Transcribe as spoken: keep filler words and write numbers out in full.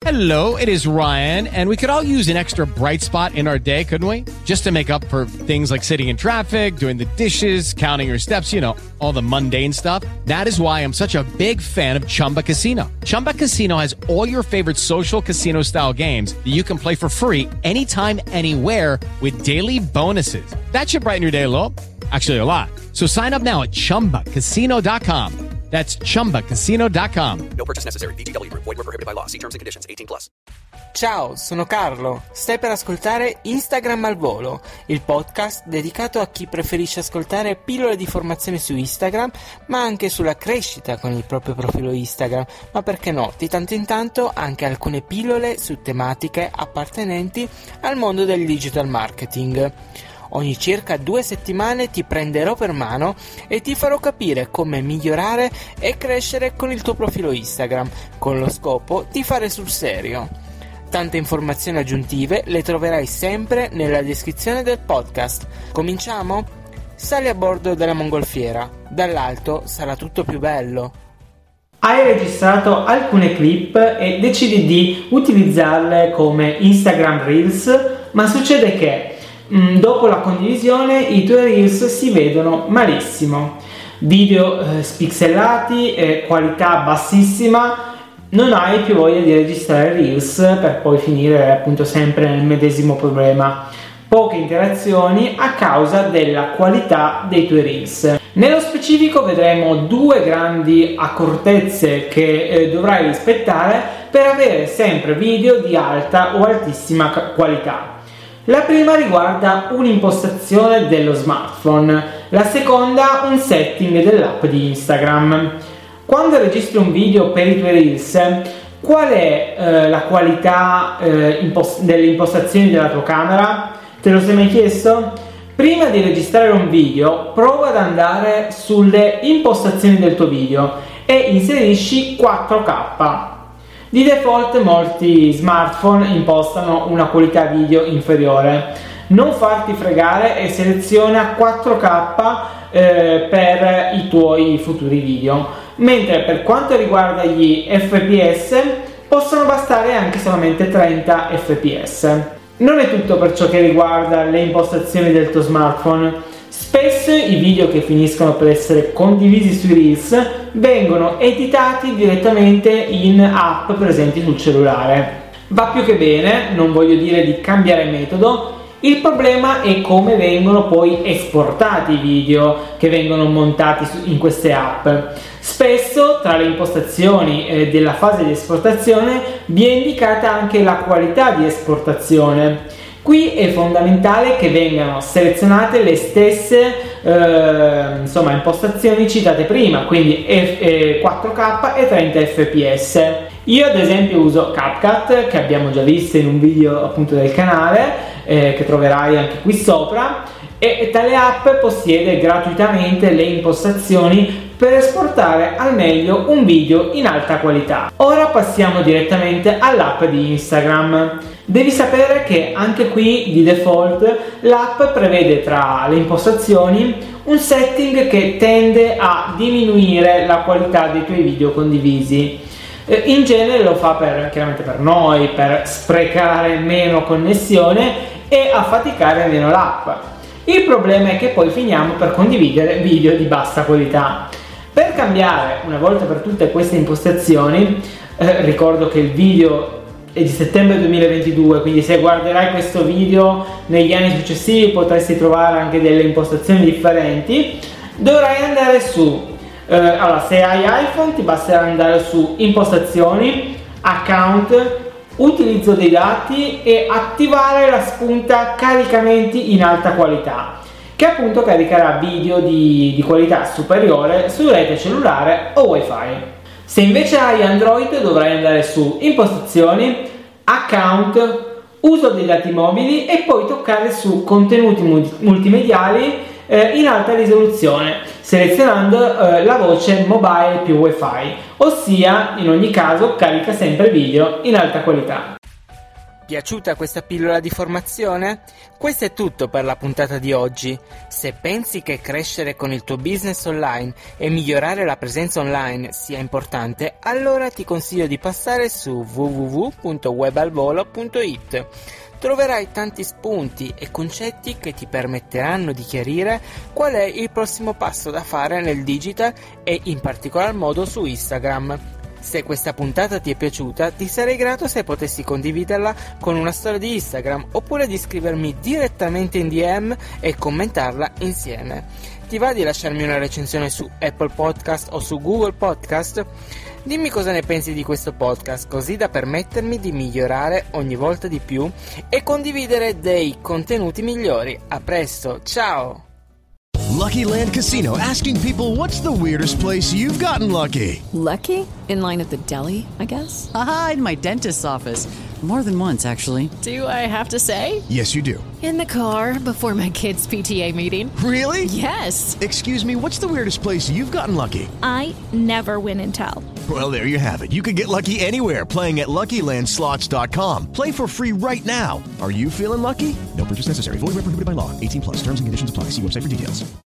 Hello, it is Ryan, and we could all use an extra bright spot in our day, couldn't we? Just to make up for things like sitting in traffic, doing the dishes, counting your steps, you know, all the mundane stuff. That is why I'm such a big fan of Chumba Casino. Chumba Casino has all your favorite social casino-style games that you can play for free anytime, anywhere with daily bonuses. That should brighten your day a little. Actually, a lot. So sign up now at chumba casino dot com. That's chumba casino dot com. No purchase necessary. V G W Group. Void where prohibited by law. See terms and conditions. eighteen plus. Ciao, sono Carlo. Stai per ascoltare Instagram al volo, il podcast dedicato a chi preferisce ascoltare pillole di formazione su Instagram, ma anche sulla crescita con il proprio profilo Instagram, ma perché no, di tanto in tanto anche alcune pillole su tematiche appartenenti al mondo del digital marketing. Ogni circa due settimane ti prenderò per mano e ti farò capire come migliorare e crescere con il tuo profilo Instagram, con lo scopo di fare sul serio. Tante informazioni aggiuntive le troverai sempre nella descrizione del podcast. Cominciamo? Sali a bordo della mongolfiera, dall'alto sarà tutto più bello. Hai registrato alcune clip e decidi di utilizzarle come Instagram Reels, ma succede che dopo la condivisione i tuoi reels si vedono malissimo, video eh, spixellati, eh, qualità bassissima, non hai più voglia di registrare reels per poi finire appunto sempre nel medesimo problema, poche interazioni a causa della qualità dei tuoi reels. Nello specifico vedremo due grandi accortezze che eh, dovrai rispettare per avere sempre video di alta o altissima qualità. La prima riguarda un'impostazione dello smartphone, la seconda un setting dell'app di Instagram. Quando registri un video per i tuoi reels, qual è eh, la qualità eh, impost- delle impostazioni della tua camera? Te lo sei mai chiesto? Prima di registrare un video, prova ad andare sulle impostazioni del tuo video e inserisci quattro K. Di default molti smartphone impostano una qualità video inferiore. Non farti fregare e seleziona quattro K eh, per i tuoi futuri video, mentre per quanto riguarda gli F P S possono bastare anche solamente trenta F P S. Non è tutto per ciò che riguarda le impostazioni del tuo smartphone. Spesso i video che finiscono per essere condivisi sui Reels vengono editati direttamente in app presenti sul cellulare. Va più che bene, non voglio dire di cambiare metodo, il problema è come vengono poi esportati i video che vengono montati in queste app. Spesso tra le impostazioni eh, della fase di esportazione viene indicata anche la qualità di esportazione. Qui è fondamentale che vengano selezionate le stesse eh, insomma, impostazioni citate prima, quindi F- quattro K e trenta F P S. Io ad esempio uso CapCut, che abbiamo già visto in un video appunto del canale, eh, che troverai anche qui sopra, e tale app possiede gratuitamente le impostazioni per esportare al meglio un video in alta qualità. Ora passiamo direttamente all'app di Instagram. Devi sapere che anche qui di default l'app prevede tra le impostazioni un setting che tende a diminuire la qualità dei tuoi video condivisi. In genere lo fa per, chiaramente per noi, per sprecare meno connessione e affaticare meno l'app. Il problema è che poi finiamo per condividere video di bassa qualità. Per cambiare una volta per tutte queste impostazioni, eh, ricordo che il video è di settembre duemilaventidue, quindi se guarderai questo video negli anni successivi potresti trovare anche delle impostazioni differenti. Dovrai andare su, eh, allora se hai iPhone ti basterà andare su impostazioni, account, utilizzo dei dati e attivare la spunta caricamenti in alta qualità, che appunto caricherà video di, di qualità superiore su rete cellulare o wifi. Se invece hai Android dovrai andare su impostazioni, account, uso dei dati mobili e poi toccare su contenuti multimediali eh, in alta risoluzione, selezionando eh, la voce mobile più wifi, ossia in ogni caso carica sempre video in alta qualità. Piaciuta questa pillola di formazione? Questo è tutto per la puntata di oggi. Se pensi che crescere con il tuo business online e migliorare la presenza online sia importante, allora ti consiglio di passare su w w w punto webalvolo punto it. Troverai tanti spunti e concetti che ti permetteranno di chiarire qual è il prossimo passo da fare nel digital e in particolar modo su Instagram. Se questa puntata ti è piaciuta, ti sarei grato se potessi condividerla con una storia di Instagram oppure di scrivermi direttamente in D M e commentarla insieme. Ti va di lasciarmi una recensione su Apple Podcast o su Google Podcast? Dimmi cosa ne pensi di questo podcast, così da permettermi di migliorare ogni volta di più e condividere dei contenuti migliori. A presto, ciao! Lucky Land Casino, asking people, what's the weirdest place you've gotten lucky? Lucky? In line at the deli, I guess? Aha, in my dentist's office. More than once, actually. Do I have to say? Yes, you do. In the car before my kids' P T A meeting. Really? Yes. Excuse me, what's the weirdest place you've gotten lucky? I never win and tell. Well, there you have it. You can get lucky anywhere, playing at Lucky Land Slots dot com. Play for free right now. Are you feeling lucky? No purchase necessary. Void where prohibited by law. eighteen plus. Terms and conditions apply. See website for details.